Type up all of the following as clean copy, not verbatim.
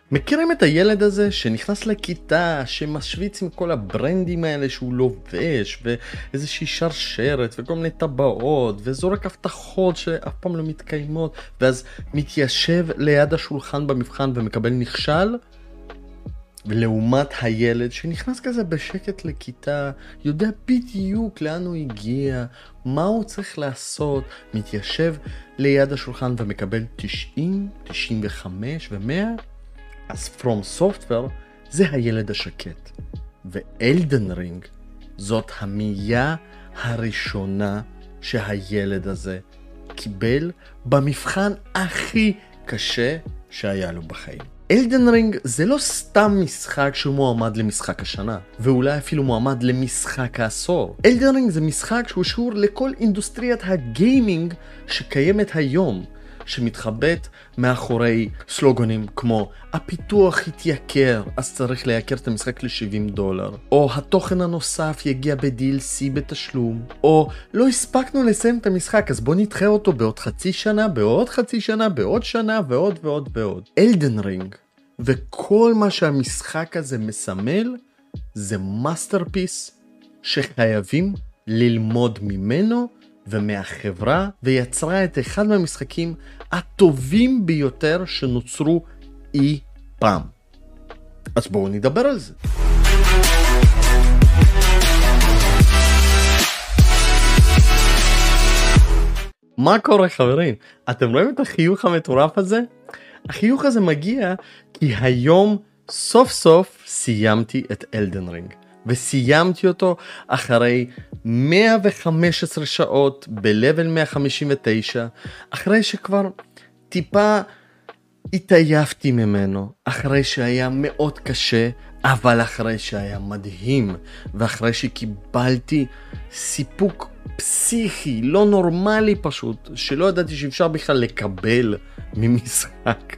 מכירים את הילד הזה שנכנס לכיתה, שמשוויץ עם כל הברנדים האלה שהוא לובש, ואיזושהי שרשרת וכל מיני טבעות, וזורק הבטחות שאף פעם לא מתקיימות, ואז מתיישב ליד השולחן במבחן ומקבל נכשל? ולעומת הילד שנכנס כזה בשקט לכיתה, יודע בדיוק לאן הוא הגיע, מה הוא צריך לעשות, מתיישב ליד השולחן ומקבל 90, 95 ו100? אז From Software זה הילד השקט. ואלדן רינג זאת המיה הראשונה שהילד הזה קיבל במבחן הכי קשה שהיה לו בחיים. אלדן רינג זה לא סתם משחק שהוא מועמד למשחק השנה, ואולי אפילו מועמד למשחק העשור. אלדן רינג זה משחק שהוא שור לכל אינדוסטריית הגיימינג שקיימת היום, שמתחבט מאחורי סלוגנים כמו הפיתוח התייקר אז צריך לייקר את המשחק ל$70, או התוכן הנוסף יגיע ב-DLC בתשלום, או לא הספקנו לסיים את המשחק אז בוא נדחה אותו בעוד חצי שנה, בעוד חצי שנה, בעוד שנה ועוד ועוד ועוד. אלדן רינג וכל מה שהמשחק הזה מסמל זה מאסטרפיס שחייבים ללמוד ממנו ומהחברה, ויצרה את אחד מהמשחקים הטובים ביותר שנוצרו אי פעם. אז בואו נדבר על זה. מה קורה חברים? אתם רואים את החיוך המטורף הזה? החיוך הזה מגיע כי היום סוף סוף סיימתי את אלדן רינג. וסיימתי אותו אחרי 115 שעות בלבל 159, אחרי שכבר טיפה התעייפתי ממנו, אחרי שהיה מאוד קשה, אבל אחרי שהיה מדהים, ואחרי שקיבלתי סיפוק פסיכי, לא נורמלי פשוט, שלא ידעתי שאפשר בכלל לקבל ממשחק.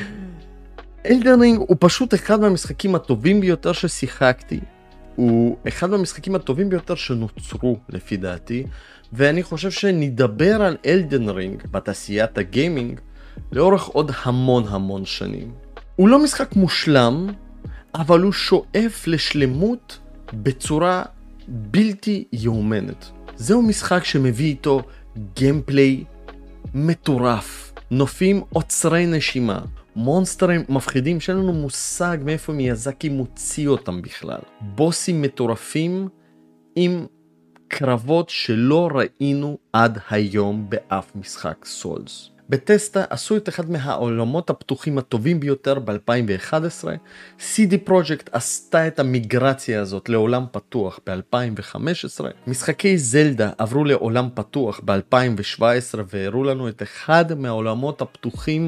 אלדן רינג הוא פשוט אחד מהמשחקים הטובים ביותר ששיחקתי, הוא אחד מהמשחקים הטובים ביותר שנוצרו לפי דעתי, ואני חושב שנדבר על אלדן רינג בתעשיית הגיימינג לאורך עוד המון שנים. הוא לא משחק מושלם, אבל הוא שואף לשלמות בצורה בלתי יאומנת. זהו משחק שמביא איתו גיימפליי מטורף, נופים עוצרי נשימה, מונסטרים מפחידים שאין לנו מושג מאיפה מיאזקי מוציא אותם בכלל. בוסים מטורפים עם קרבות שלא ראינו עד היום באף משחק סולס. בטסטה עשו את אחד מהעולמות הפתוחים הטובים ביותר ב-2011. CD Projekt עשתה את המיגרציה הזאת לעולם פתוח ב-2015. משחקי זלדה עברו לעולם פתוח ב-2017 והראו לנו את אחד מהעולמות הפתוחים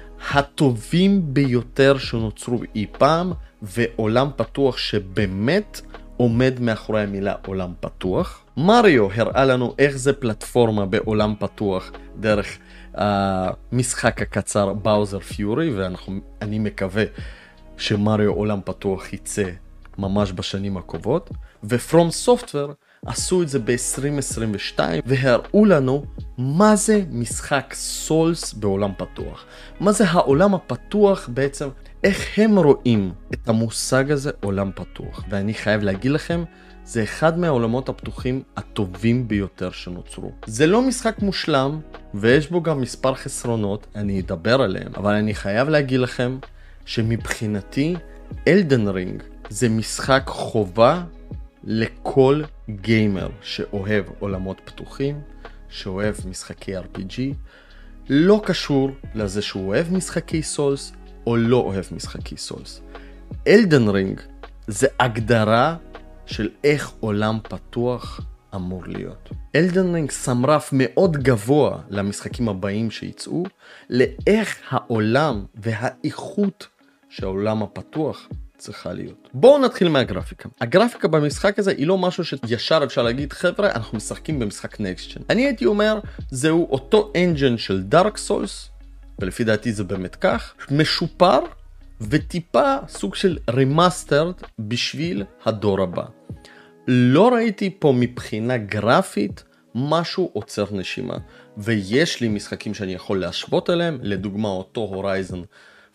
הטובים ביותר שנוצרו אי פעם, ועולם פתוח שבאמת עומד מאחורי המילה עולם פתוח. מריו הראה לנו איך זה פלטפורמה בעולם פתוח דרך המשחק הקצר באוזר פיורי, ואני מקווה שמריו עולם פתוח יצא ממש בשנים הקרובות. ופרום סופטוור עשו את זה ב-2022 והראו לנו מה זה משחק סולס בעולם פתוח. מה זה העולם הפתוח בעצם, איך הם רואים את המושג הזה עולם פתוח. ואני חייב להגיד לכם, זה אחד מהעולמות הפתוחים הטובים ביותר שנוצרו. זה לא משחק מושלם ויש בו גם מספר חסרונות, אני אדבר עליהם, אבל אני חייב להגיד לכם שמבחינתי אלדן רינג זה משחק חובה לכל גיימר שאוהב עולמות פתוחים, שאוהב משחקי RPG, לא קשור לזה שהוא אוהב משחקי סולס או לא אוהב משחקי סולס. אלדן רינג זה הגדרה של איך עולם פתוח אמור להיות. אלדן רינג שם רף מאוד גבוה למשחקים הבאים שיצאו, לאיך העולם והאיכות של העולם הפתוח צריכה להיות. בואו נתחיל מהגרפיקה. הגרפיקה במשחק הזה היא לא משהו שישר אפשר להגיד, חבר'ה, אנחנו משחקים במשחק נקסט ג'ן. אני הייתי אומר, זהו אותו אנג'ן של דארק סולס, ולפי דעתי זה באמת כך, משופר וטיפה סוג של רימאסטרד בשביל הדור הבא. לא ראיתי פה מבחינה גרפית משהו עוצר נשימה, ויש לי משחקים שאני יכול להשוות אליהם, לדוגמה אותו הורייזן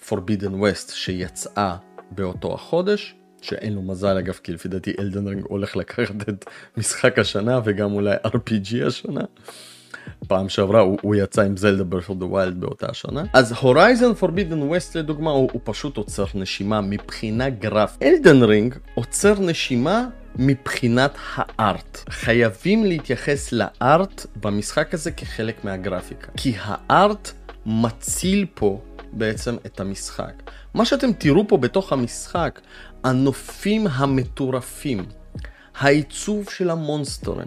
Forbidden West שיצאה באותו החודש, שאין לו מזל אגב, כי לפי דעתי אלדן רינג הולך לקחת את משחק השנה וגם אולי RPG השנה. פעם שעברה הוא יצא עם זלדה ברף אוף דה ווילד באותה השנה. אז הורייזן פורבידן ווסט לדוגמה הוא פשוט עוצר נשימה מבחינה גרף. אלדן רינג עוצר נשימה מבחינת הארט. חייבים להתייחס לארט במשחק הזה כחלק מהגרפיקה, כי הארט מציל פה בעצם את המשחק. מה שאתם תראו פה בתוך המשחק, הנופים המטורפים, העיצוב של המונסטרים,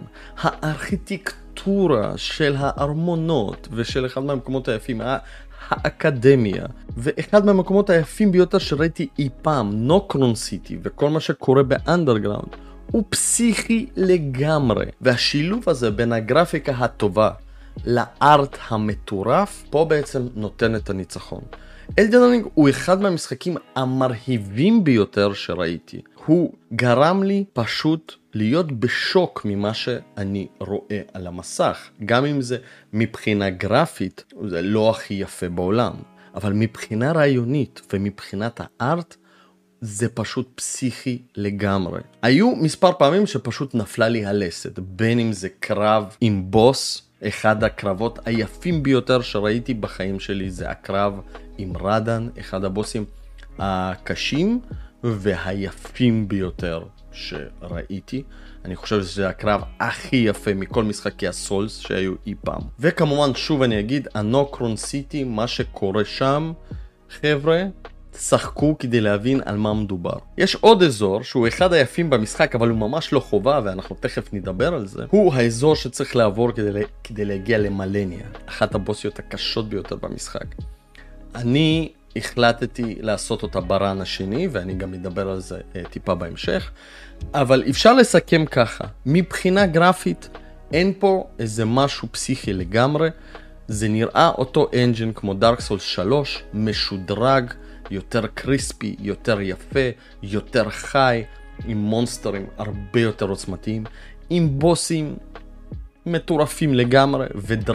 הארכיטקטורה של הארמונות ושל אחד מהמקומות היפים, האקדמיה, ואחד מהמקומות היפים ביותר שראיתי אי פעם, נוקרון סיטי, וכל מה שקורה באנדרגראונד, הוא פסיכי לגמרי. והשילוב הזה בין הגרפיקה הטובה לארט המטורף, פה בעצם נותן את הניצחון. אלדן רינג הוא אחד מהמשחקים המרהיבים ביותר שראיתי. הוא גרם לי פשוט להיות בשוק ממה שאני רואה על המסך. גם אם זה מבחינה גרפית, זה לא הכי יפה בעולם. אבל מבחינה רעיונית ומבחינת הארט, זה פשוט פסיכי לגמרי. היו מספר פעמים שפשוט נפלה לי הלסת, בין אם זה קרב עם בוס, אחד הקרבות היפים ביותר שראיתי בחיים שלי זה הקרב עם רדן, אחד הבוסים הקשים והיפים ביותר שראיתי. אני חושב שזה הקרב הכי יפה מכל משחקי הסולס שהיו אי פעם. וכמובן שוב אני אגיד, הנוקרון סיטי, מה שקורה שם, חבר'ה, שחקו כדי להבין על מה מדובר. יש עוד אזור שהוא אחד היפים במשחק אבל הוא ממש לא חובה ואנחנו תכף נדבר על זה. הוא האזור שצריך לעבור כדי להגיע למלניה, אחת הבוסיות הקשות ביותר במשחק. אני החלטתי לעשות אותה ברן השני ואני גם מדבר על זה טיפה בהמשך, אבל אפשר לסכם ככה, מבחינה גרפית אין פה איזה משהו פסיכי לגמרי. זה נראה אותו אנג'ין כמו דארק סולס 3, משודרג, יותר קריספי, יותר יפה, יותר חי, עם מונסטרים הרבה יותר עוצמתיים, עם בוסים מטורפים לגמרי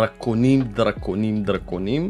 ודרקונים.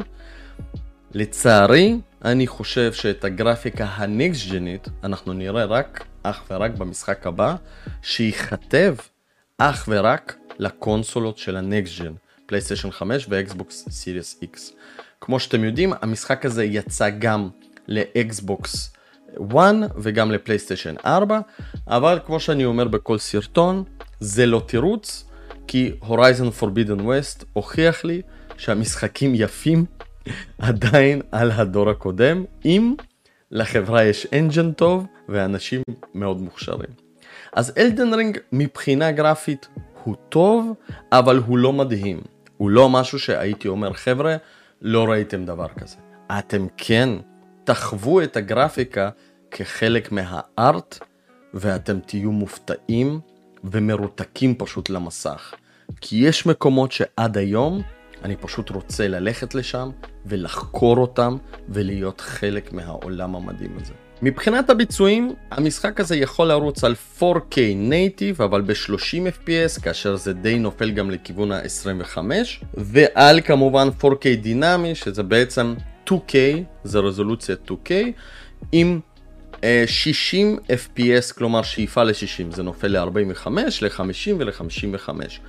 לצערי, אני חושב שאת הגרפיקה הנקסט ג'נית אנחנו נראה אך ורק במשחק הבא, שיכתב אך ורק לקונסולות של הנקסט ג'ן, פלייסטיישן 5 ואקסבוקס סיריוס איקס. כמו שאתם יודעים, המשחק הזה יצא גם לאקסבוקס 1 וגם לפלייסטיישן 4, אבל כמו שאני אומר בכל סרטון, זה לא תירוץ, כי הורייזן פורבידן ווסט הוכיח לי שהמשחקים יפים עדיין על הדור הקודם, אם לחברה יש אנג'ן טוב ואנשים מאוד מוכשרים. אז אלדן רינג מבחינה גרפית הוא טוב, אבל הוא לא מדהים. הוא לא משהו שהייתי אומר, חבר'ה, לא ראיתם דבר כזה. אתם כן תחוו את הגרפיקה כחלק מהארט, ואתם תהיו מופתעים ומרותקים פשוט למסך. כי יש מקומות שעד היום אני פשוט רוצה ללכת לשם ולחקור אותם ולהיות חלק מהעולם המדהים הזה. מבחינת הביצועים, המשחק הזה יכול לרוץ על 4K נייטיב, אבל ב-30 FPS, כאשר זה די נופל גם לכיוון ה-25, ועל כמובן 4K דינמי, שזה בעצם 2K, זה רזולוציה 2K, עם 60 FPS, כלומר שאיפה ל-60, זה נופל ל-45, ל-50 ול-55.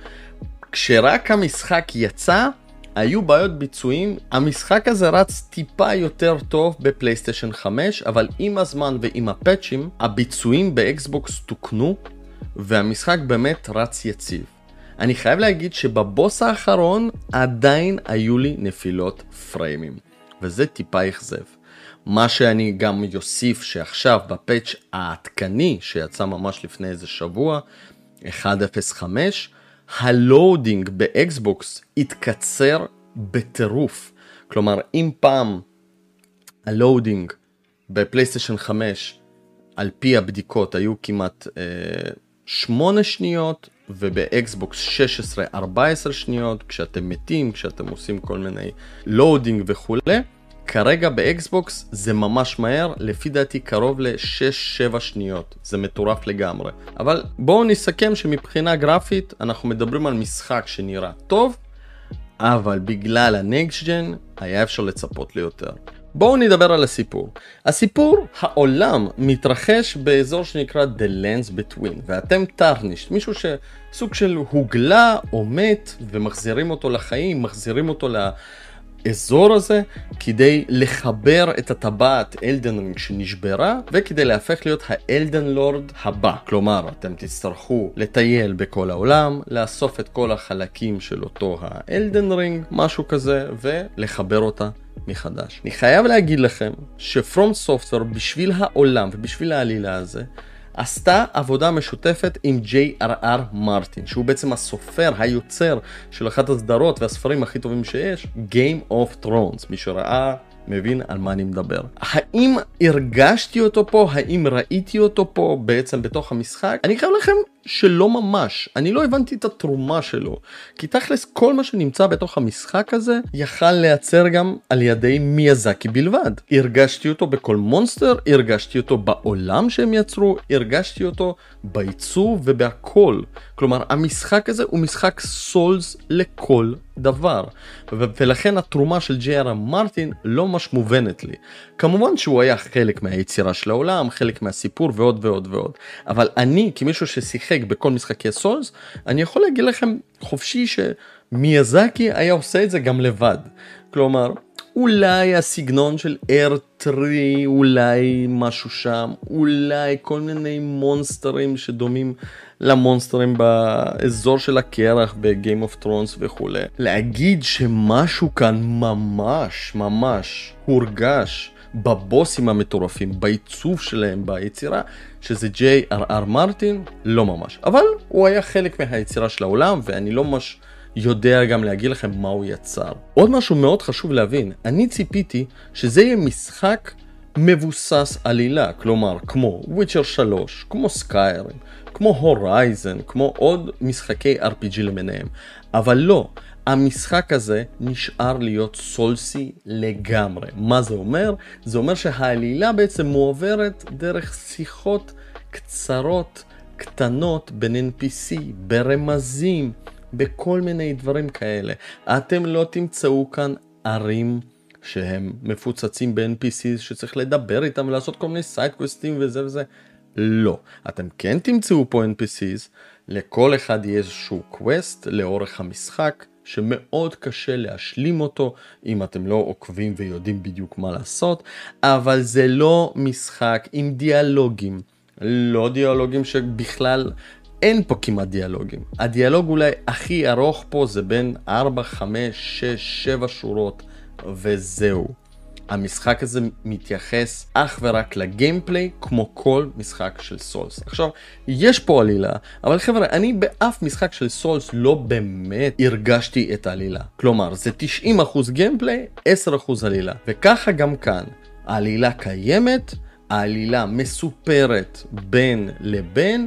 כשרק המשחק יצא, היו בעיות ביצועים. המשחק הזה רץ טיפה יותר טוב בפלייסטיישן 5, אבל עם הזמן ועם הפאצ'ים, הביצועים באקסבוקס תוקנו, והמשחק באמת רץ יציב. אני חייב להגיד שבבוס האחרון עדיין היו לי נפילות פריימים, וזה טיפה אכזב. מה שאני גם יוסיף שעכשיו בפאצ' העדכני שיצא ממש לפני איזה שבוע, 1.05, הלואודינג באקסבוקס התקצר בטירוף. כלומר, אם פעם הלואודינג בפלייסטיישן 5 על פי הבדיקות היו כמעט 8 שניות, ובאקסבוקס 16-14 שניות, כשאתם מתים, כשאתם עושים כל מיני לואודינג וכו'. כרגע באקסבוקס זה ממש מהר, לפי דעתי קרוב ל-6-7 שניות, זה מטורף לגמרי. אבל בואו נסכם שמבחינה גרפית אנחנו מדברים על משחק שנראה טוב, אבל בגלל הנקסט ג'ן היה אפשר לצפות ליותר. בואו נדבר על הסיפור. הסיפור, העולם מתרחש באזור שנקרא The Lands Between, ואתם טרנישט, מישהו שסוג של הוגלה או מת, ומחזירים אותו לחיים, מחזירים אותו לאזור הזה, כדי לחבר את הטבעת אלדן רינג שנשברה, וכדי להפך להיות האלדן לורד הבא. כלומר, אתם תצטרכו לטייל בכל העולם, לאסוף את כל החלקים של אותו האלדן רינג, משהו כזה, ולחבר אותה מחדש. אני חייב להגיד לכם שפרום סופטוור בשביל העולם ובשביל העלילה הזה עשתה עבודה משותפת עם J.R.R. מרטין, שהוא בעצם הסופר, היוצר של אחת הסדרות והספרים הכי טובים שיש, Game of Thrones. מי שראה מבין על מה אני מדבר. האם הרגשתי אותו פה? האם ראיתי אותו פה בעצם בתוך המשחק? אני חייב לכם שלא ממש. אני לא הבנתי את התרומה שלו. כי תכלס כל מה שנמצא בתוך המשחק הזה יכל לייצר גם על ידי מיאזקי בלבד. הרגשתי אותו בכל מונסטר, הרגשתי אותו בעולם שהם יצרו, הרגשתי אותו בעיצוב ובהכל. כלומר, המשחק הזה הוא משחק סולס לכל דבר. ולכן התרומה של J.R.R. מרטין לא ממש מובנת לי. כמובן שהוא היה חלק מהיצירה של העולם, חלק מהסיפור ועוד ועוד ועוד. אבל אני, כמישהו ששיחק בכל משחקי סולס, אני יכול להגיד לכם חופשי שמיאזקי היה עושה את זה גם לבד. כלומר, אולי הסגנון של R3, אולי משהו שם, אולי כל מיני מונסטרים שדומים למונסטרים באזור של הקרח ב-Game of Thrones וכו'. להגיד שמשהו כאן ממש הורגש בבוסים המטורפים, בעיצוב שלהם, ביצירה, שזה J.R.R. מרטין, לא ממש. אבל הוא היה חלק מהיצירה של העולם, ואני לא ממש יודע גם להגיד לכם מה הוא יצר. עוד משהו מאוד חשוב להבין, אני ציפיתי שזה יהיה משחק מבוסס עלילה, כלומר כמו וויצ'ר 3, כמו סקיירים, כמו הורייזן, כמו עוד משחקי RPG למיניהם. אבל לא, המשחק הזה נשאר להיות סולסי לגמרי. מה זה אומר? זה אומר שהעלילה בעצם מועברת דרך שיחות קצרות, קטנות בין NPC, ברמזים, בכל מיני דברים כאלה. אתם לא תמצאו כאן ערים שהם מפוצצים ב-NPCs שצריך לדבר איתם ולעשות כל מיני סיידקווסטים וזה וזה. לא. אתם כן תמצאו פה NPCs, לכל אחד יהיה איזשהו קווסט לאורך המשחק, שמאוד קשה להשלים אותו אם אתם לא עוקבים ויודעים בדיוק מה לעשות, אבל זה לא משחק עם דיאלוגים, לא דיאלוגים שבכלל אין פה כמעט דיאלוגים. הדיאלוג אולי הכי ארוך פה זה בין 4, 5, 6, 7 שורות וזהו. המשחק הזה מתייחס אך ורק לגיימפליי כמו כל משחק של סולס. עכשיו, יש פה עלילה, אבל חבר'ה, אני באף משחק של סולס לא באמת הרגשתי את העלילה. כלומר, זה 90% גיימפליי, 10% עלילה. וככה גם כאן. העלילה קיימת, העלילה מסופרת בין לבין,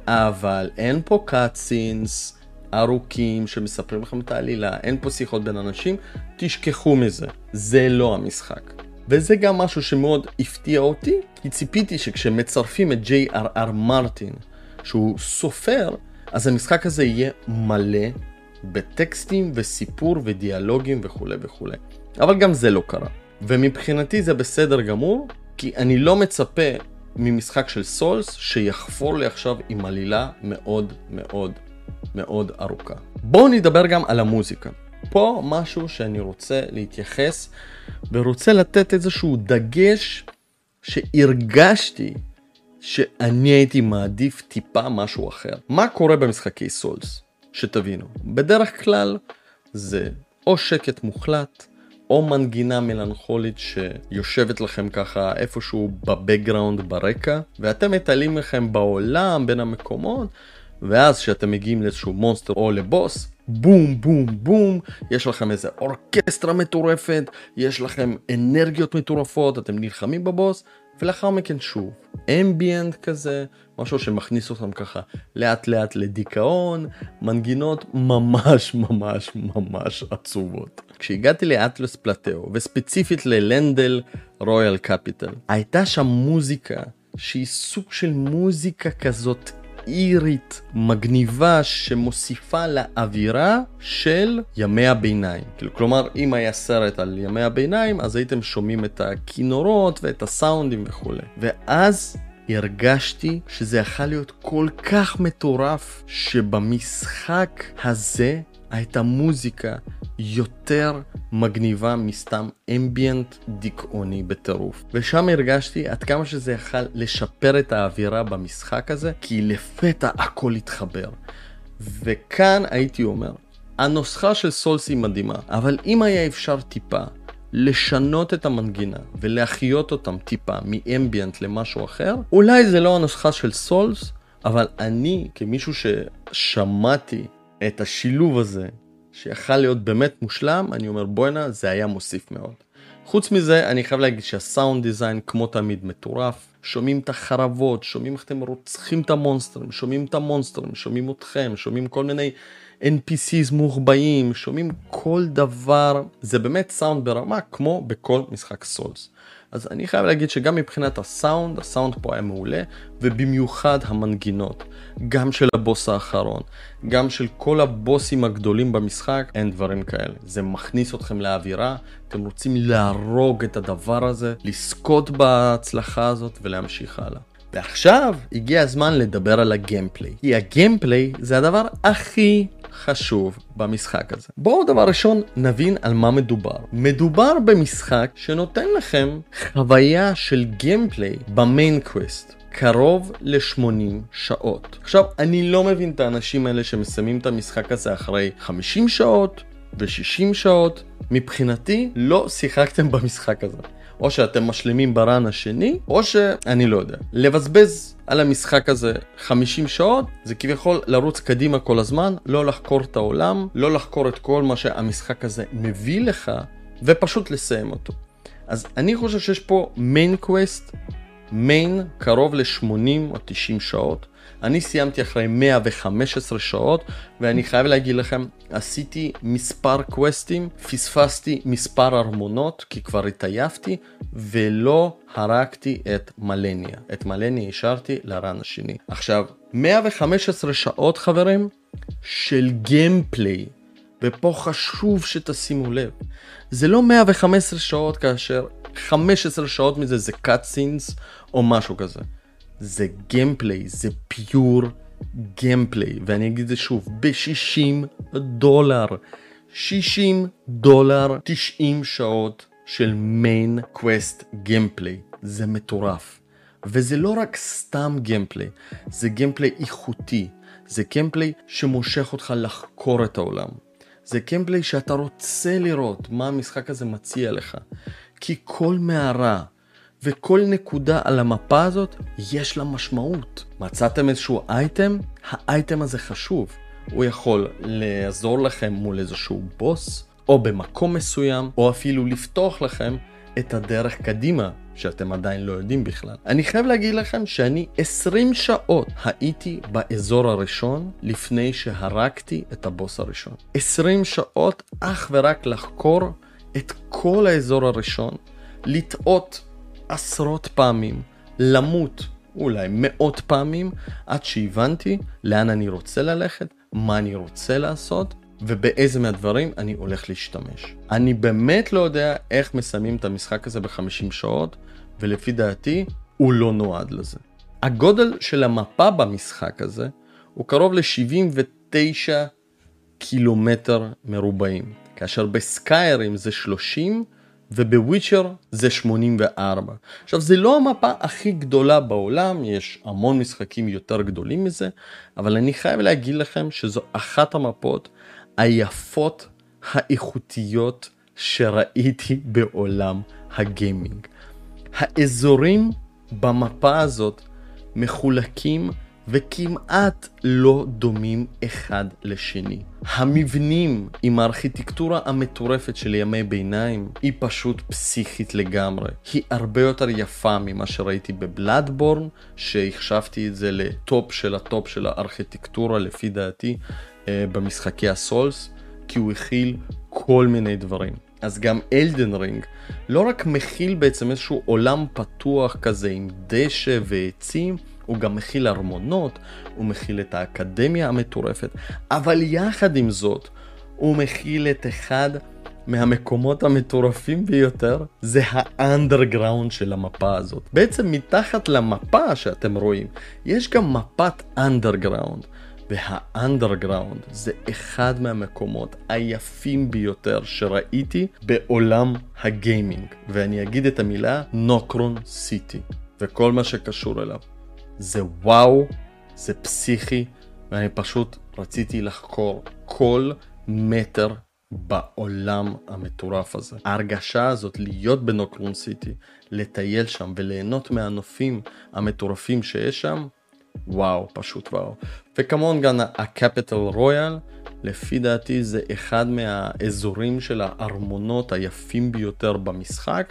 אבל אין פה קאטסינס ארוכים שמספרים לכם את העלילה, אין פה שיחות בין אנשים, תשכחו מזה, זה לא המשחק. וזה גם משהו שמאוד הפתיע אותי, כי ציפיתי שכשמצרפים את J.R.R. מרטין, שהוא סופר, אז המשחק הזה יהיה מלא בטקסטים וסיפור ודיאלוגים וכו' וכו'. אבל גם זה לא קרה. ומבחינתי זה בסדר גמור, כי אני לא מצפה ממשחק של סולס שיחפור לי עכשיו עם עלילה מאוד מאוד מאוד ארוכה. בואו נדבר גם על המוזיקה. פה משהו שאני רוצה להתייחס ורוצה לתת איזשהו דגש שהרגשתי שאני הייתי מעדיף טיפה משהו אחר. מה קורה במשחקי סולס? שתבינו, בדרך כלל זה או שקט מוחלט, או מנגינה מלנכולית שיושבת לכם ככה איפשהו בבקגראונד ברקע, ואתם מטיילים לכם בעולם בין המקומות, ואז כשאתם מגיעים לאיזשהו מונסטר או לבוס, בום בום בום, יש לכם איזה אורקסטרה מטורפת, יש לכם אנרגיות מטורפות, אתם נלחמים בבוס, ולאחר מכן שוב, אמביאנט כזה, משהו שמכניס אותם ככה לאט לאט לדיכאון, מנגינות ממש ממש ממש עצובות. כשהגעתי לאטלס פלטאו, וספציפית ללנדל רויאל קפיטל, הייתה שם מוזיקה שהיא סוג של מוזיקה כזאת אירית, מגניבה, שמוסיפה לאווירה של ימי הביניים. כלומר, אם היה סרט על ימי הביניים, אז הייתם שומעים את הכינורות ואת הסאונדים וכו'. ואז הרגשתי שזה יכול להיות כל כך מטורף, שבמשחק הזה הייתה מוזיקה יותר מגניבה מסתם אמביאנט דיכאוני בטירוף. ושם הרגשתי עד כמה שזה יכול לשפר את האווירה במשחק הזה, כי לפתע הכל התחבר. וכאן הייתי אומר, הנוסחה של סולס היא מדהימה, אבל אם היה אפשר טיפה לשנות את המנגינה ולהחיות אותם טיפה מאמביאנט למשהו אחר, אולי זה לא הנוסחה של סולס, אבל אני כמישהו ששמעתי את השילוב הזה שיכל להיות באמת מושלם, אני אומר בואנה, זה היה מוסיף מאוד. חוץ מזה, אני חייב להגיד שהסאונד דיזיין כמו תמיד מטורף, שומעים את החרבות, שומעים איך אתם רוצחים את המונסטרים, שומעים את המונסטרים, שומעים אתכם, שומעים כל מיני NPCs מוחבאים, שומעים כל דבר, זה באמת סאונד ברמה כמו בכל משחק סולס. אז אני חייב להגיד שגם מבחינת הסאונד פה היה מעולה, ובמיוחד המנגינות, גם של הבוס האחרון, גם של כל הבוסים הגדולים במשחק, אין דברים כאלה. זה מכניס אתכם לאווירה, אתם רוצים להרוג את הדבר הזה, לזכות בהצלחה הזאת ולהמשיך הלאה. ועכשיו הגיע הזמן לדבר על הגיימפליי, כי הגיימפליי זה הדבר הכי חשוב במשחק הזה. בואו דבר ראשון נבין על מה מדובר. מדובר במשחק שנותן לכם חוויה של גיימפליי במיין קווסט. קרוב ל-80 שעות. עכשיו, אני לא מבין את האנשים האלה שמסיימים את המשחק הזה אחרי 50 שעות ו-60 שעות. מבחינתי, לא שיחקתם במשחק הזה. או שאתם משלימים ברן השני, או שאני לא יודע. לבזבז על המשחק הזה 50 שעות, זה כביכול לרוץ קדימה כל הזמן, לא לחקור את העולם, לא לחקור את כל מה שהמשחק הזה מביא לך, ופשוט לסיים אותו. אז אני חושב שיש פה מיין קווסט, מיין קרוב ל-80 או 90 שעות. אני סיימתי אחרי 115 שעות, ואני חייב להגיד לכם, עשיתי מספר קווסטים, פספסתי מספר ארמונות, כי כבר התעייפתי, ולא הרגתי את מלניה. את מלניה השארתי לרן השני. עכשיו, 115 שעות חברים, של גיימפליי, ופה חשוב שתשימו לב. זה לא 115 שעות כאשר 15 שעות מזה זה cutscenes או משהו כזה. זה גיימפליי, זה פיור גיימפליי, ואני אגיד את זה שוב, ב$60. $60, 90 שעות של מיין קווסט גיימפליי. זה מטורף. וזה לא רק סתם גיימפליי, זה גיימפליי איכותי. זה גיימפליי שמושך אותך לחקור את העולם. זה גיימפליי שאתה רוצה לראות מה המשחק הזה מציע לך. כי כל מערה וכל נקודה על המפה הזאת יש לה משמעות. מצאתם איזשהו אייטם? האייטם הזה חשוב. הוא יכול לעזור לכם מול איזשהו בוס, או במקום מסוים, או אפילו לפתוח לכם את הדרך קדימה, שאתם עדיין לא יודעים בכלל. אני חייב להגיד לכם שאני 20 שעות הייתי באזור הראשון, לפני שהרגתי את הבוס הראשון. 20 שעות אך ורק לחקור את כל האזור הראשון, לטעות עשרות פעמים, למות אולי מאות פעמים, עד שהבנתי לאן אני רוצה ללכת, מה אני רוצה לעשות, ובאיזה מהדברים אני הולך להשתמש. אני באמת לא יודע איך מסיימים את המשחק הזה ב-50 שעות, ולפי דעתי הוא לא נועד לזה. הגודל של המפה במשחק הזה הוא קרוב ל-79 קילומטר מרובעים, כאשר בסקיירים זה 30 ובוויצ'ר זה 84. עכשיו זה לא המפה הכי גדולה בעולם, יש המון משחקים יותר גדולים מזה, אבל אני חייב להגיד לכם שזו אחת המפות היפות האיכותיות שראיתי בעולם הגיימינג. האזורים במפה הזאת מחולקים וכמעט לא דומים אחד לשני. המבנים עם הארכיטקטורה המטורפת של ימי ביניים היא פשוט פסיכית לגמרי. היא הרבה יותר יפה ממה שראיתי בבלאדבורן, שהחשבתי את זה לטופ של הטופ של הארכיטקטורה לפי דעתי במשחקי הסולס, כי הוא הכיל כל מיני דברים. אז גם אלדן רינג לא רק מכיל בעצם איזשהו עולם פתוח כזה עם דשא ועצים, הוא גם מכיל ארמונות, הוא מכיל את האקדמיה המטורפת, אבל יחד עם זאת, הוא מכיל את אחד מהמקומות המטורפים ביותר, זה האנדרגראונד של המפה הזאת. בעצם מתחת למפה שאתם רואים, יש גם מפת אנדרגראונד. והאנדרגראונד זה אחד מהמקומות היפים ביותר שראיתי בעולם הגיימינג. ואני אגיד את המילה נוקרון סיטי. וכל מה שקשור אליו. זה וואו, זה פסיכי, ואני פשוט רציתי לחקור כל מטר בעולם המטורף הזה. ההרגשה הזאת להיות בנוקרון סיטי, לטייל שם וליהנות מהנופים המטורפים שיש שם, וואו, פשוט וואו. וכמובן גם הקפיטל רויאל, לפי דעתי זה אחד מהאזורים של הארמונות היפים ביותר במשחק,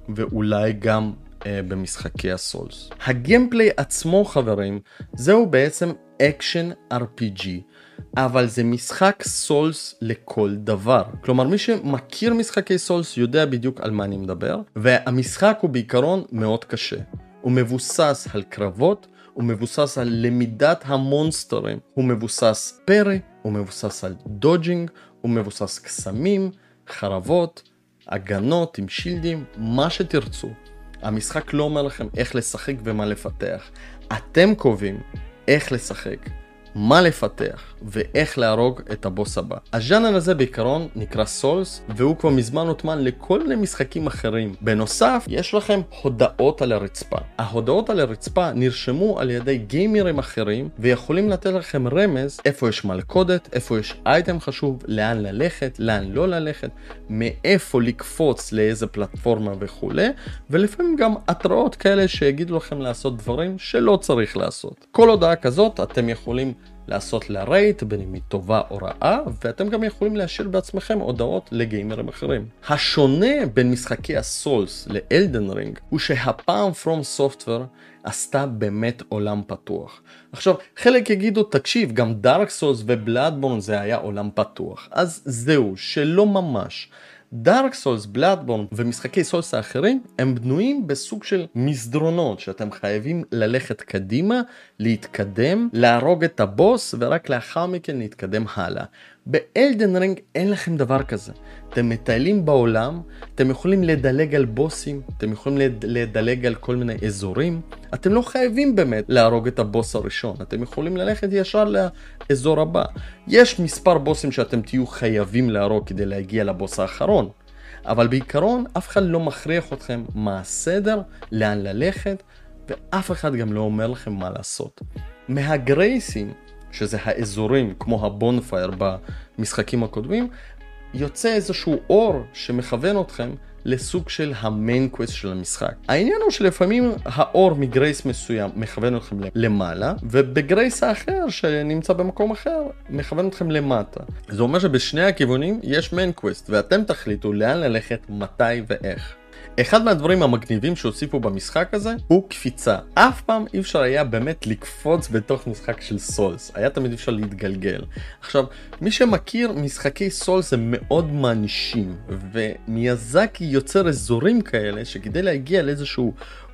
ואולי גם במשחקי הסולס. הגיימפליי עצמו, חברים, זהו בעצם אקשן RPG, אבל זה משחק סולס לכל דבר. כלומר, מי שמכיר משחקי סולס יודע בדיוק על מה אני מדבר, והמשחק הוא בעיקרון מאוד קשה. הוא מבוסס על קרבות, הוא מבוסס על למידת המונסטרים, הוא מבוסס פרי, הוא מבוסס על דודג'ינג, הוא מבוסס קסמים, חרבות, הגנות עם שילדים, מה שתרצו. המשחק לא אומר לכם איך לשחק ומה לפתח. אתם קובעים איך לשחק, מה לפתח ואיך להרוג את הבוס הבא. הז'אנר הזה בעיקרון נקרא סולס, והוא כבר מזמן הוטמן לכל מיני משחקים אחרים. בנוסף, יש לכם הודעות על הרצפה. ההודעות על הרצפה נרשמו על ידי גיימרים אחרים, ויכולים לתת לכם רמז איפה יש מלכודת, איפה יש אייטם חשוב, לאן ללכת, לאן לא ללכת, מאיפה לקפוץ לאיזה פלטפורמה וכו'. ולפעמים גם התראות כאלה שיגידו לכם לעשות דברים שלא צריך לעשות. כל הודעה כזאת אתם יכולים לעשות לה רייט, בין אם היא טובה או רעה, ואתם גם יכולים להשאיר בעצמכם הודעות לגיימרים אחרים. השונה בין משחקי הסולס לאלדן רינג, הוא שהפעם From Software עשתה באמת עולם פתוח. עכשיו, חלק יגידו, תקשיב, גם דארק סולס ובלאדבורן זה היה עולם פתוח. אז זהו, שלא ממש. דארק סולס, בלאדבורן ומשחקי סולס האחרים הם בנויים בסוג של מסדרונות שאתם חייבים ללכת קדימה, להתקדם, להרוג את הבוס ורק לאחר מכן להתקדם הלאה. באלדן רינג אין לכם דבר כזה. אתם מטיילים בעולם, אתם יכולים לדלג על בוסים, אתם יכולים לדלג על כל מיני אזורים. אתם לא חייבים באמת להרוג את הבוס הראשון, אתם יכולים ללכת ישר לאזור הבא. יש מספר בוסים שאתם תהיו חייבים להרוג כדי להגיע לבוס האחרון. אבל בעיקרון אף אחד לא מכריח אתכם מה הסדר, לאן ללכת, ואף אחד גם לא אומר לכם מה לעשות. מהגרייסים, שזה האזורים כמו הבונפייר במשחקים הקודמים, יוצא איזשהו אור שמכוון אתכם לסוג של המיין קווסט של המשחק. העניין הוא שלפעמים האור מגרייס מסוים מכוון אתכם למעלה, ובגרייס האחר שנמצא במקום אחר מכוון אתכם למטה. זה אומר שבשני הכיוונים יש מיין קווסט, ואתם תחליטו לאן ללכת, מתי ואיך. אחד מהדברים המגניבים שהוסיפו במשחק הזה הוא קפיצה. אף פעם אי אפשר היה באמת לקפוץ בתוך משחק של סולס. היה תמיד אפשר להתגלגל. עכשיו, מי שמכיר משחקי סולס הם מאוד מענישים, ומיאזקי יוצר אזורים כאלה שכדי להגיע לאיזשהו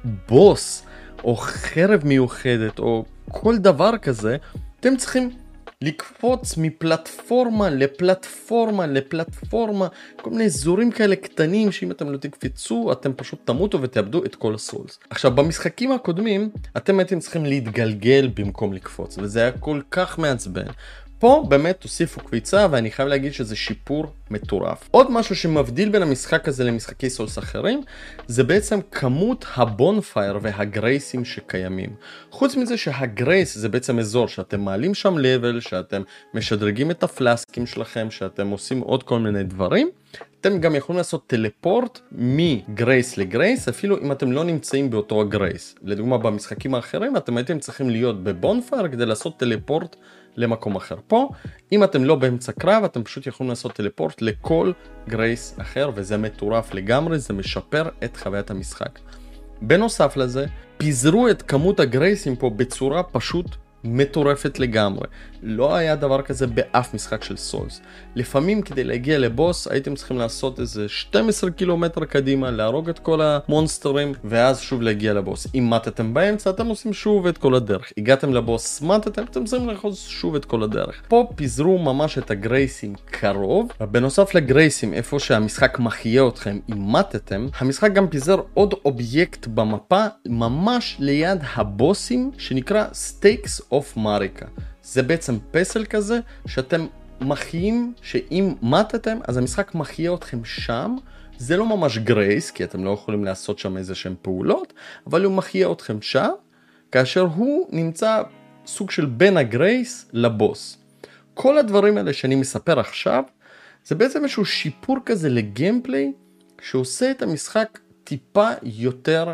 בוס או חרב מיוחדת או כל דבר כזה, אתם צריכים לקפוץ מפלטפורמה לפלטפורמה לפלטפורמה, כל מיני אזורים כאלה קטנים שאם אתם לא תקפצו אתם פשוט תמותו ותאבדו את כל הסולס. עכשיו, במשחקים הקודמים אתם הייתם צריכים להתגלגל במקום לקפוץ, וזה היה כל כך מעצבן. פה באמת תוסיפו קפיצה, ואני חייב להגיד שזה שיפור מטורף. עוד משהו שמבדיל בין המשחק הזה למשחקי סולס אחרים, זה בעצם כמות הבונפייר והגרייסים שקיימים. חוץ מזה שהגרייס זה בעצם אזור שאתם מעלים שם לבל, שאתם משדרגים את הפלסקים שלכם, שאתם עושים עוד כל מיני דברים. אתם גם יכולים לעשות טלפורט מגרייס לגרייס, אפילו אם אתם לא נמצאים באותו הגרייס. לדוגמה, במשחקים האחרים אתם הייתם צריכים להיות בבונפייר כדי לעשות טלפורט למקום אחר. פה, אם אתם לא באמצע קרב, אתם פשוט יכולים לעשות טלפורט לכל גרייס אחר, וזה מטורף לגמרי, זה משפר את חוויית המשחק. בנוסף לזה, פיזרו את כמות הגרייסים פה בצורה פשוט מטורפת לגמרי. לא היה דבר כזה באף משחק של סולס. לפעמים כדי להגיע לבוס הייתם צריכים לעשות איזה 12 קילומטר קדימה, להרוג את כל המונסטרים ואז שוב להגיע לבוס. אם מתתם באמצע אתם עושים שוב את כל הדרך. הגעתם לבוס, מתתם, אתם צריכים לאחוז שוב את כל הדרך. פה פיזרו ממש את הגרייסים קרוב, ובנוסף לגרייסים איפה שהמשחק מחיה אתכם אם מתתם, המשחק גם פיזר עוד אובייקט במפה ממש ליד הבוסים שנקרא Stakes of Marika. זה בעצם פסל כזה שאתם מחיים שאם מתתם אז המשחק מחיה אתכם שם. זה לא ממש גרייס כי אתם לא יכולים לעשות שם איזה שהם פעולות, אבל הוא מחיה אתכם שם כאשר הוא נמצא סוג של בין הגרייס לבוס. כל הדברים האלה שאני מספר עכשיו זה בעצם איזשהו שיפור כזה לגיימפליי שעושה את המשחק טיפה יותר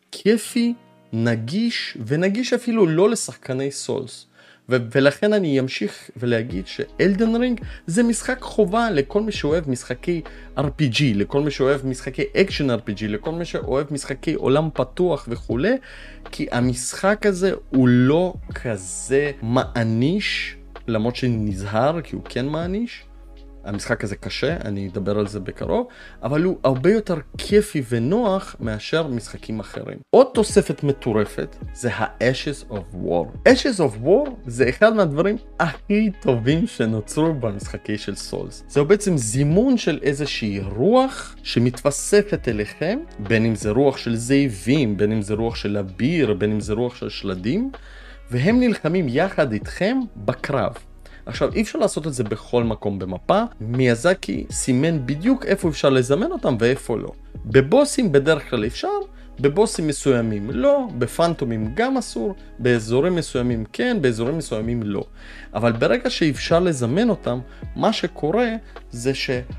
כיפי, נגיש, ונגיש אפילו לא לשחקני סולס. ולכן אני אמשיך ולהגיד שאלדן רינג זה משחק חובה לכל מי שאוהב משחקי RPG, לכל מי שאוהב משחקי אקשן RPG, לכל מי שאוהב משחקי עולם פתוח וכו', כי המשחק הזה הוא לא כזה מעניש, למרות שנזהר כי הוא כן מעניש. המשחק הזה קשה, אני אדבר על זה בקרוב, אבל הוא הרבה יותר כיפי ונוח מאשר משחקים אחרים. עוד תוספת מטורפת זה ה-Ashes of War. Ashes of War זה אחד מהדברים הכי טובים שנוצרו במשחקי של סולס. זהו בעצם זימון של איזושהי רוח שמתווספת אליכם, בין אם זה רוח של זאבים, בין אם זה רוח של אביר, בין אם זה רוח של שלדים, והם נלחמים יחד איתכם בקרב. עכשיו, אי אפשר לעשות את זה בכל מקום במפה. מיאזקי סימן בדיוק איפה אפשר לזמן אותם ואיפה לא. בבוסים בדרך כלל אפשר, בבוסים מסוימים לא, בפנטומים גם אסור, באזורים מסוימים כן, באזורים מסוימים לא. אבל ברגע שאפשר לזמן אותם, מה שקורה זה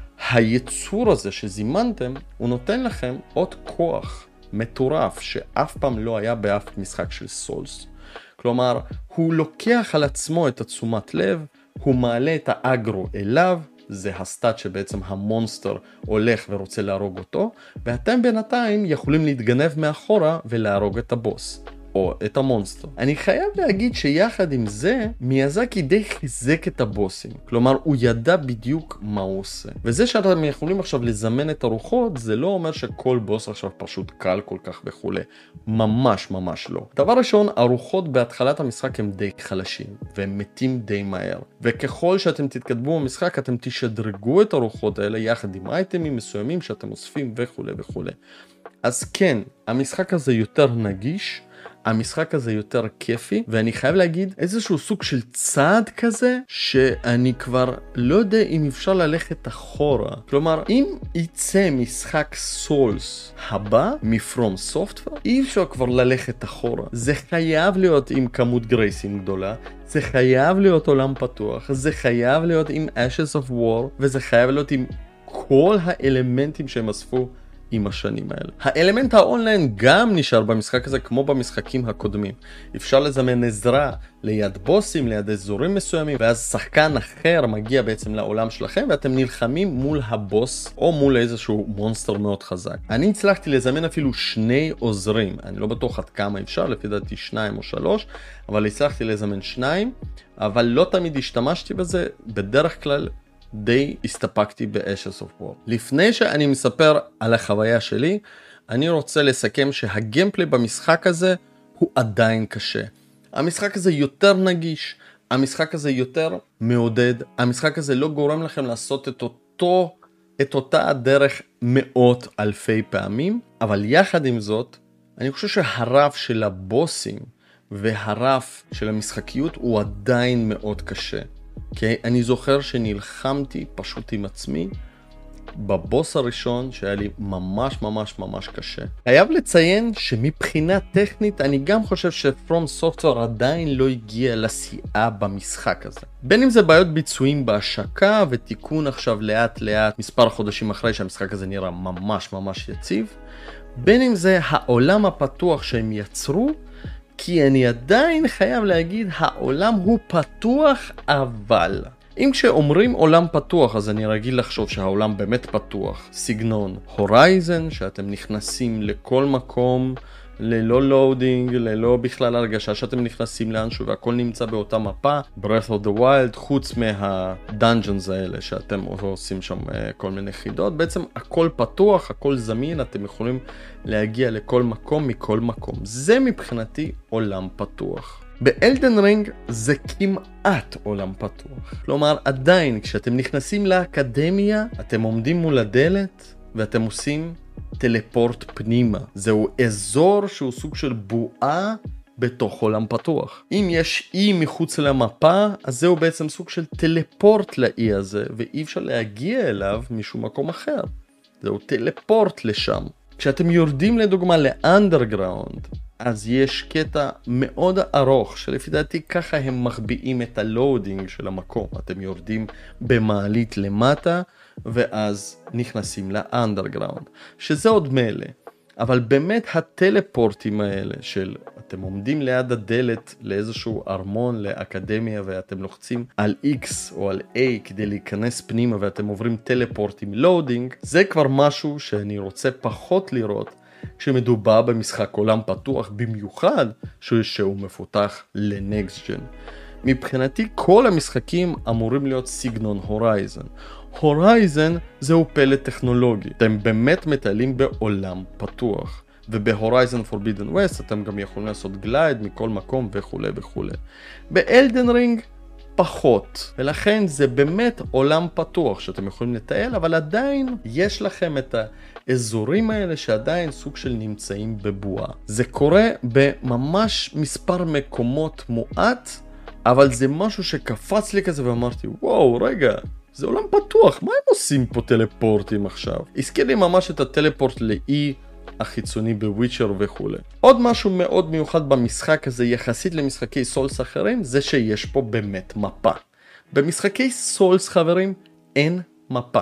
שהיצור הזה שזימנתם, הוא נותן לכם עוד כוח מטורף שאף פעם לא היה באף משחק של סולס. כלומר, הוא לוקח על עצמו את התשומת לב, הוא מעלה את האגרו אליו, זה הסטאט שבעצם המונסטר הולך ורוצה להרוג אותו, ואתם בינתיים יכולים להתגנב מאחורה ולהרוג את הבוס, או את המונסטר. אני חייב להגיד שיחד עם זה, מיאזקי די חיזק את הבוסים. כלומר, הוא ידע בדיוק מה הוא עושה. וזה שאתם יכולים עכשיו לזמן את הרוחות, זה לא אומר שכל בוס עכשיו פשוט קל כל כך וכו'. ממש ממש לא. דבר ראשון, הרוחות בהתחלת המשחק הם די חלשים, והם מתים די מהר. וככל שאתם תתקדמו במשחק, אתם תשדרגו את הרוחות האלה יחד עם אייטמים מסוימים שאתם אוספים וכו' וכו'. אז כן, המשחק הזה יותר נגיש, המשחק הזה יותר כיפי, ואני חייב להגיד איזשהו סוג של צעד כזה שאני כבר לא יודע אם אפשר ללכת אחורה. כלומר, אם יצא משחק סולס הבא מ-From Software, אי אפשר כבר ללכת אחורה. זה חייב להיות עם כמות גרייסים גדולה, זה חייב להיות עולם פתוח, זה חייב להיות עם Ashes of War, וזה חייב להיות עם כל האלמנטים שהם אספו עם השנים האלה. האלמנט האונליין גם נשאר במשחק הזה כמו במשחקים הקודמים. אפשר לזמן עזרה ליד בוסים, ליד אזורים מסוימים, ואז שחקן אחר מגיע בעצם לעולם שלכם, ואתם נלחמים מול הבוס, או מול איזשהו מונסטר מאוד חזק. אני הצלחתי לזמן אפילו 2 עוזרים, אני לא בטוח עד כמה אפשר, לפי דעתי 2 או 3, אבל הצלחתי לזמן 2, אבל לא תמיד השתמשתי בזה, בדרך כלל די הסתפקתי ב-Ashes of War. לפני שאני מספר על החוויה שלי, אני רוצה לסכם שהגיימפלי במשחק הזה הוא עדיין קשה. המשחק הזה יותר נגיש, המשחק הזה יותר מעודד, המשחק הזה לא גורם לכם לעשות את אותה הדרך מאות אלפי פעמים, אבל יחד עם זאת, אני חושב שהרף של הבוסים והרף של המשחקיות הוא עדיין מאוד קשה. כי אני זוכר שנלחמתי פשוט עם עצמי בבוס הראשון שהיה לי ממש ממש ממש קשה. חייב לציין שמבחינה טכנית אני גם חושב ש-From Software עדיין לא הגיע לשיאה במשחק הזה. בין אם זה בעיות ביצועים בהשקה ותיקון עכשיו לאט לאט מספר חודשים אחרי שהמשחק הזה נראה ממש ממש יציב, בין אם זה העולם הפתוח שהם יצרו, כי אני עדיין חייב להגיד, העולם הוא פתוח, אבל אם כשאומרים עולם פתוח, אז אני רגיל לחשוב שהעולם באמת פתוח. סגנון הורייזן, שאתם נכנסים לכל מקום ללא לואודינג, ללא בכלל הרגשה שאתם נכנסים לאנשהו והכל נמצא באותה מפה. Breath of the Wild, חוץ מהדאנג'נס האלה שאתם עושים שם כל מיני חידות, בעצם הכל פתוח, הכל זמין, אתם יכולים להגיע לכל מקום מכל מקום. זה מבחינתי עולם פתוח. באלדן רינג זה כמעט עולם פתוח. כלומר, עדיין כשאתם נכנסים לאקדמיה, אתם עומדים מול הדלת ואתם עושים טלפורט פנימה. זהו אזור שהוא סוג של בועה בתוך עולם פתוח. אם יש אי מחוץ למפה, אז זהו בעצם סוג של טלפורט לאי הזה, ואי אפשר להגיע אליו משום מקום אחר. זהו טלפורט לשם. כשאתם יורדים לדוגמה לאנדרגראונד, אז יש קטע מאוד ארוך, שלפי דעתי ככה הם מחביאים את הלואודינג של המקום. אתם יורדים במעלית למטה, ואז נכנסים לאנדרגראונד, שזה עוד מלא. אבל באמת הטלפורטים האלה של אתם עומדים ליד הדלת לאיזשהו ארמון לאקדמיה ואתם לוחצים על X או על A כדי להיכנס פנימה ואתם עוברים טלפורטים לואודינג, זה כבר משהו שאני רוצה פחות לראות כשמדובר במשחק עולם פתוח, במיוחד שהוא מפותח לנקסט ג'ן. מבחינתי כל המשחקים אמורים להיות סגנון הורייזן. הורייזן זהו פלט טכנולוגי. אתם באמת מטיילים בעולם פתוח. ובהורייזן פורבידן ווסט אתם גם יכולים לעשות גלייד מכל מקום וכו' וכו'. באלדן רינג פחות. ולכן זה באמת עולם פתוח שאתם יכולים לטייל, אבל עדיין יש לכם את האזורים האלה שעדיין סוג של נמצאים בבועה. זה קורה בממש מספר מקומות מועט, אבל זה משהו שקפץ לי כזה ואמרתי, וואו, רגע, זה עולם פתוח, מה הם עושים פה טלפורטים עכשיו? הזכיר לי ממש את הטלפורט לאי החיצוני בוויצ'ר וכו'. עוד משהו מאוד מיוחד במשחק הזה יחסית למשחקי סולס אחרים, זה שיש פה באמת מפה. במשחקי סולס חברים אין מפה.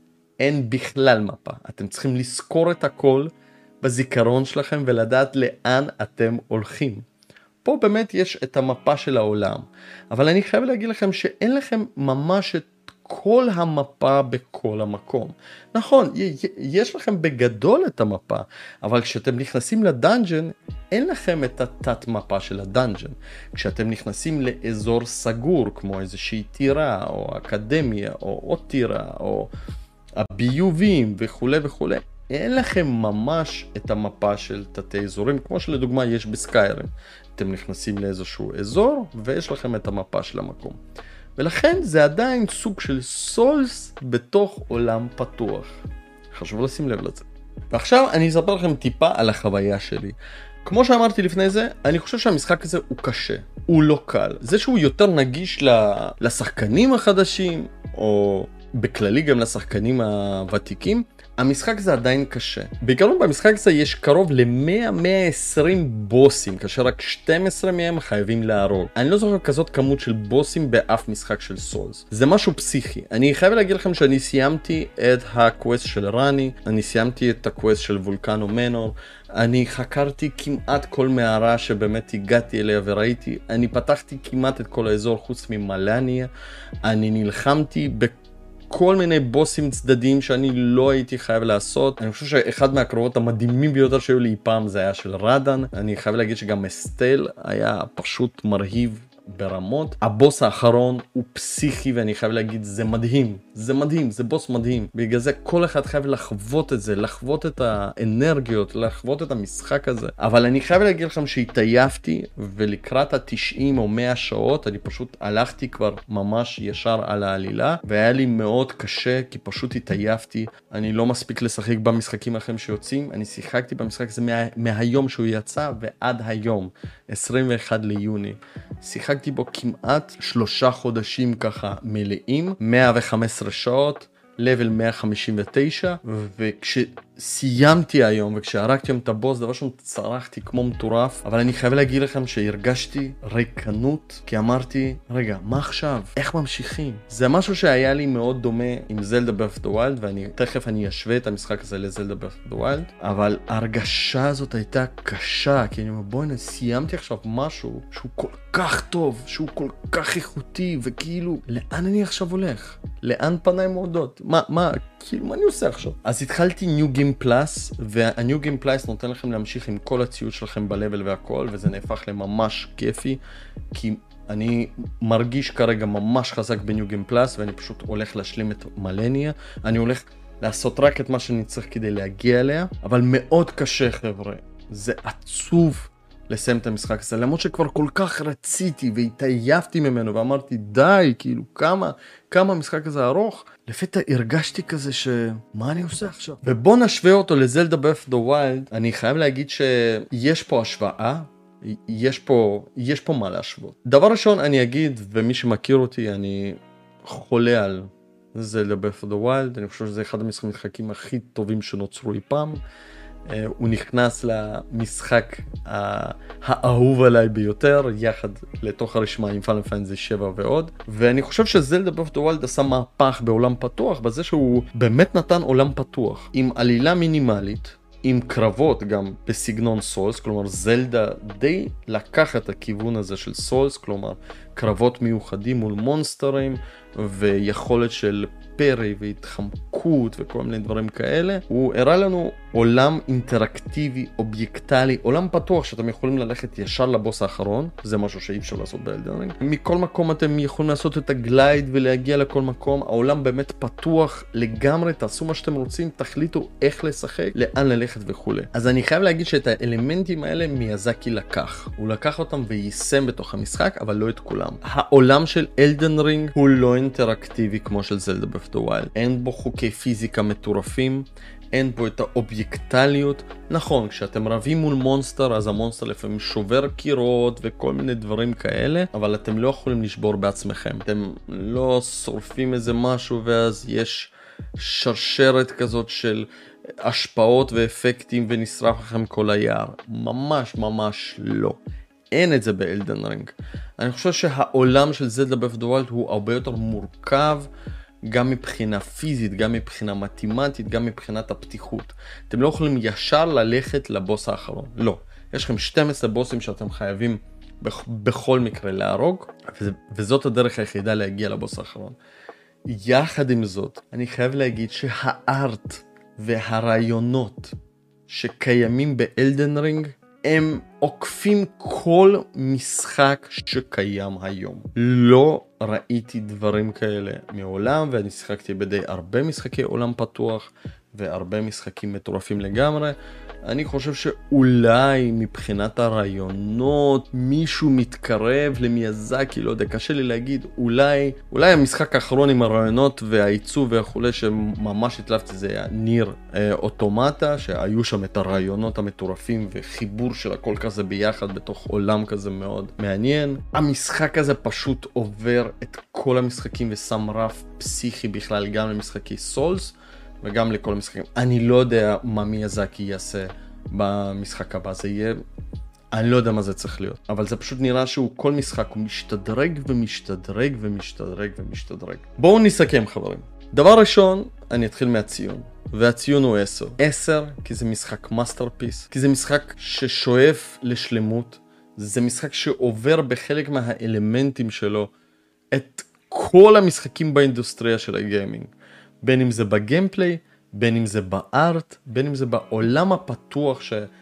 אין בכלל מפה. אתם צריכים לזכור את הכל בזיכרון שלכם ולדעת לאן אתם הולכים. פה באמת יש את המפה של העולם. אבל אני חייב להגיד לכם שאין לכם ממש את כל המפה בכל המקום. נכון, יש לכם בגדול את המפה, אבל כשאתם נכנסים לדאנג'ן, אין לכם את התת מפה של הדאנג'ן. כשאתם נכנסים לאזור סגור, כמו איזושהי טירה, או אקדמיה, או עוד טירה, או הביובים וכו' וכו', אין לכם ממש את המפה של תתי אזורים, כמו שלדוגמה יש בסקיירים. אתם נכנסים לאיזשהו אזור, ויש לכם את המפה של המקום. ולכן זה עדיין סוג של סולס בתוך עולם פתוח. חשוב לשים לב לזה. ועכשיו אני אספר לכם טיפה על החוויה שלי. כמו שאמרתי לפני זה, אני חושב שהמשחק הזה הוא קשה. הוא לא קל. זה שהוא יותר נגיש לשחקנים החדשים, או בכללי גם לשחקנים הוותיקים, המשחק זה עדיין קשה. בעיקרון במשחק הזה יש קרוב ל-100-120 בוסים, כאשר רק 12 מהם חייבים להרוג. אני לא זוכר כזאת כמות של בוסים באף משחק של סולס. זה משהו פסיכי. אני חייב להגיד לכם שאני סיימתי את הקווסט של רני, אני סיימתי את הקווסט של וולקנו מנור, אני חקרתי כמעט כל מערה שבאמת הגעתי אליה וראיתי, אני פתחתי כמעט את כל האזור חוץ ממלניה, אני נלחמתי כל מיני בוסים צדדיים שאני לא הייתי חייב לעשות. אני חושב שאחד מהקרבות המדהימים ביותר שהיו לי פעם זה היה של רדן. אני חייב להגיד שגם אסטל היה פשוט מרהיב ברמות. הבוס האחרון הוא פסיכי ואני חייב להגיד זה מדהים. זה מדהים, זה בוס מדהים. בגלל זה כל אחד חייב לחוות את זה, לחוות את האנרגיות, לחוות את המשחק הזה. אבל אני חייב להגיד לכם שהתעייפתי ולקראת ה-90 או 100 שעות אני פשוט הלכתי כבר ממש ישר על העלילה והיה לי מאוד קשה כי פשוט התעייפתי. אני לא מספיק לשחק במשחקים אחרים שיוצאים. אני שיחקתי במשחק הזה מהיום שהוא יצא ועד היום, 21 ליוני. שיחקתי בו כמעט 3 חודשים ככה מלאים, 115 שעות, level 159, וכשסיימתי היום וכשהרגתי היום את הבוס, דבר שם צרחתי כמו מטורף, אבל אני חייב להגיד לכם שהרגשתי ריקנות, כי אמרתי, רגע, מה עכשיו? איך ממשיכים? זה משהו שהיה לי מאוד דומה עם זלדה ברת' אוף דה ווילד, ותכף אני אשווה את המשחק הזה לזלדה ברת' אוף דה ווילד, אבל ההרגשה הזאת הייתה קשה, כי אני אומר, בואי, סיימתי עכשיו משהו שהוא כל כך טוב, שהוא כל כך איכותי, וכאילו, לאן אני עכשיו הולך? לאן פניי מועדות? כאילו, מה אני עושה עכשיו? אז התחלתי ניו גיים Game Plus, וה-New Game Plus נותן לכם להמשיך עם כל הציוד שלכם ב-level והכל, וזה נהפך לממש כיפי, כי אני מרגיש כרגע ממש חזק ב-New Game Plus, ואני פשוט הולך להשלים את מלניה, אני הולך לעשות רק את מה שאני צריך כדי להגיע אליה, אבל מאוד קשה חבר'ה, זה עצוב לסיים את המשחק הזה, למרות שכבר כל כך רציתי והתעייפתי ממנו ואמרתי די, כאילו כמה המשחק הזה ארוך, לפתע הרגשתי כזה מה אני עושה עכשיו? ובוא נשווה אותו לזלדה Breath of the Wild, אני חייב להגיד שיש פה השוואה, יש פה מה להשוות. דבר ראשון אני אגיד, ומי שמכיר אותי, אני חולה על זלדה Breath of the Wild, אני חושב שזה אחד המשחקים הכי טובים שנוצרו אי פעם, הוא נכנס למשחק האהוב עליי ביותר, יחד לתוך הרשימה עם Final Fantasy 7 ועוד, ואני חושב שזלדה Breath of the Wild עשה מהפך בעולם פתוח, בזה שהוא באמת נתן עולם פתוח, עם עלילה מינימלית, עם קרבות גם בסגנון סולס, כלומר זלדה די לקח את הכיוון הזה של סולס, כלומר קרבות מיוחדים מול מונסטרים, ויכולת של פרי והתחמקות וכל מיני דברים כאלה. הוא הראה לנו עולם אינטראקטיבי, אובייקטלי, עולם פתוח שאתם יכולים ללכת ישר לבוס האחרון, זה משהו שאי אפשר לעשות באלדן רינג. מכל מקום אתם יכולים לעשות את הגלייד ולהגיע לכל מקום, העולם באמת פתוח לגמרי, תעשו מה שאתם רוצים, תחליטו איך לשחק, לאן ללכת וכו'. אז אני חייב להגיד שאת האלמנטים האלה מיאזקי לקח. הוא לקח אותם ויישם בתוך המשחק, אבל לא את כולם. העולם של אלדן רינג הוא לא אינטראקטיבי כמו של זלדה Breath of the Wild. אין בו חוקי פיזיקה מטורפים, אין בו את האובייקטליות. נכון, כשאתם רבים מול מונסטר, אז המונסטר לפעמים שובר קירות וכל מיני דברים כאלה, אבל אתם לא יכולים לשבור בעצמכם. אתם לא שורפים איזה משהו ואז יש שרשרת כזאת של השפעות ואפקטים ונשרף לכם כל היער. ממש לא. אין את זה באלדן רינג. אני חושב שהעולם של זלדה Breath of the Wild הוא הרבה יותר מורכב, גם מבחינה פיזית, גם מבחינה מתמטית, גם מבחינת הפתיחות. אתם לא יכולים ישר ללכת לבוס האחרון. לא. יש לכם 12 בוסים שאתם חייבים בכל מקרה להרוג, וזאת הדרך היחידה להגיע לבוס האחרון. יחד עם זאת, אני חייב להגיד שהארט והרעיונות שקיימים באלדן רינג, הם עוקפים כל משחק שקיים היום. לא ראיתי דברים כאלה מעולם, ואני שיחקתי בדי הרבה משחקי עולם פתוח, והרבה משחקים מטורפים לגמרי. אני חושב שאולי מבחינת הרעיונות מישהו מתקרב למיאזקי, לא יודע, קשה לי להגיד, אולי המשחק האחרון עם הרעיונות והעיצוב וכולי שממש התלפתי זה היה ניר אוטומטה, שהיו שם את הרעיונות המטורפים וחיבור של הכל כזה ביחד בתוך עולם כזה מאוד מעניין. המשחק הזה פשוט עובר את כל המשחקים ושם רף פסיכי בכלל גם למשחקי סולס וגם לכל המשחקים. אני לא יודע מה מיאזקי יעשה במשחק הבא, זה יהיה, אני לא יודע מה זה צריך להיות, אבל זה פשוט נראה שהוא כל משחק הוא משתדרג ומשתדרג ומשתדרג ומשתדרג. בואו נסכם חברים. דבר ראשון, אני אתחיל מהציון, והציון הוא 10. 10 כי זה משחק מאסטרפיס, כי זה משחק ששואף לשלמות, זה משחק שעובר בחלק מהאלמנטים שלו את כל המשחקים באינדוסטריה של הגיימינג. בין אם זה בגיימפליי, בין אם זה בארט, בין אם זה בעולם הפתוח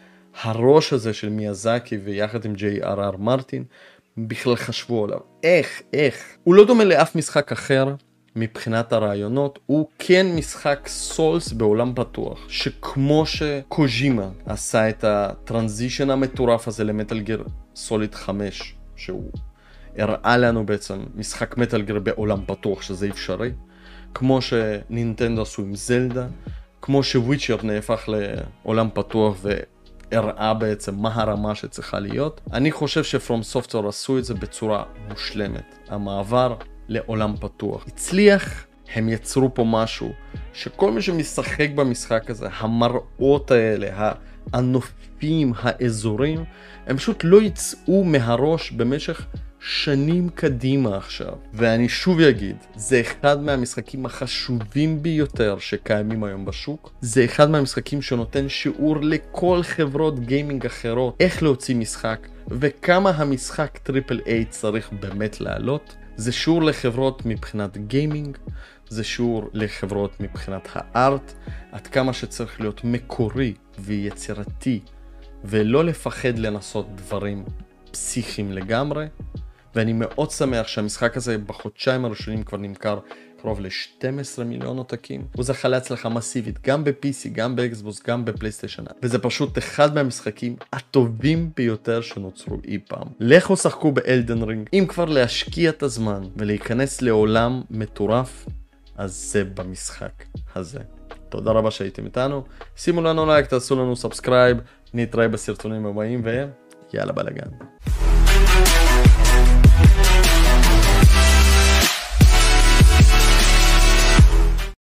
שהראש הזה של מיאזקי ויחד עם J.R.R. מרטין בכלל חשבו עליו. איך? הוא לא דומה לאף משחק אחר מבחינת הרעיונות, הוא כן משחק סולס בעולם פתוח, שכמו שקוז'ימה עשה את הטרנזישן המטורף הזה למטל גיר סוליד 5, שהוא הראה לנו בעצם משחק מטל גיר בעולם פתוח שזה אפשרי, כמו שנינטנדו עשו עם זלדה, כמו שוויצ'ר נהפך לעולם פתוח והראה בעצם מה הרמה שצריכה להיות. אני חושב שפרום סופטוור עשו את זה בצורה מושלמת. המעבר לעולם פתוח הצליח, הם יצרו פה משהו שכל מי שמשחק במשחק הזה, המראות האלה, הנופים, האזורים, הם פשוט לא יצאו מהראש במשך שנים קדימה עכשיו. ואני שוב אגיד, זה אחד מהמשחקים החשובים ביותר שקיימים היום בשוק. זה אחד מהמשחקים שנותן שיעור לכל חברות גיימינג אחרות איך להוציא משחק וכמה המשחק טריפל איי צריך באמת לעלות. זה שיעור לחברות מבחינת גיימינג, זה שיעור לחברות מבחינת הארט, עד כמה שצריך להיות מקורי ויצירתי, ולא לפחד לנסות דברים פסיכיים לגמרי. ואני מאוד שמח שהמשחק הזה בחודשיים הראשונים כבר נמכר קרוב ל-12 מיליון עותקים. הוא זכה להצלחה מסיבית, גם ב-PC, גם באקסבוקס, גם בפלייסטיישן. וזה פשוט אחד מהמשחקים הטובים ביותר שנוצרו אי פעם. לכו שחקו באלדן רינג. אם כבר להשקיע את הזמן ולהיכנס לעולם מטורף, אז זה במשחק הזה. תודה רבה שהייתם איתנו. שימו לנו לייק, תעשו לנו סאבסקרייב, נתראה בסרטונים הבאים ויאללה בלגן.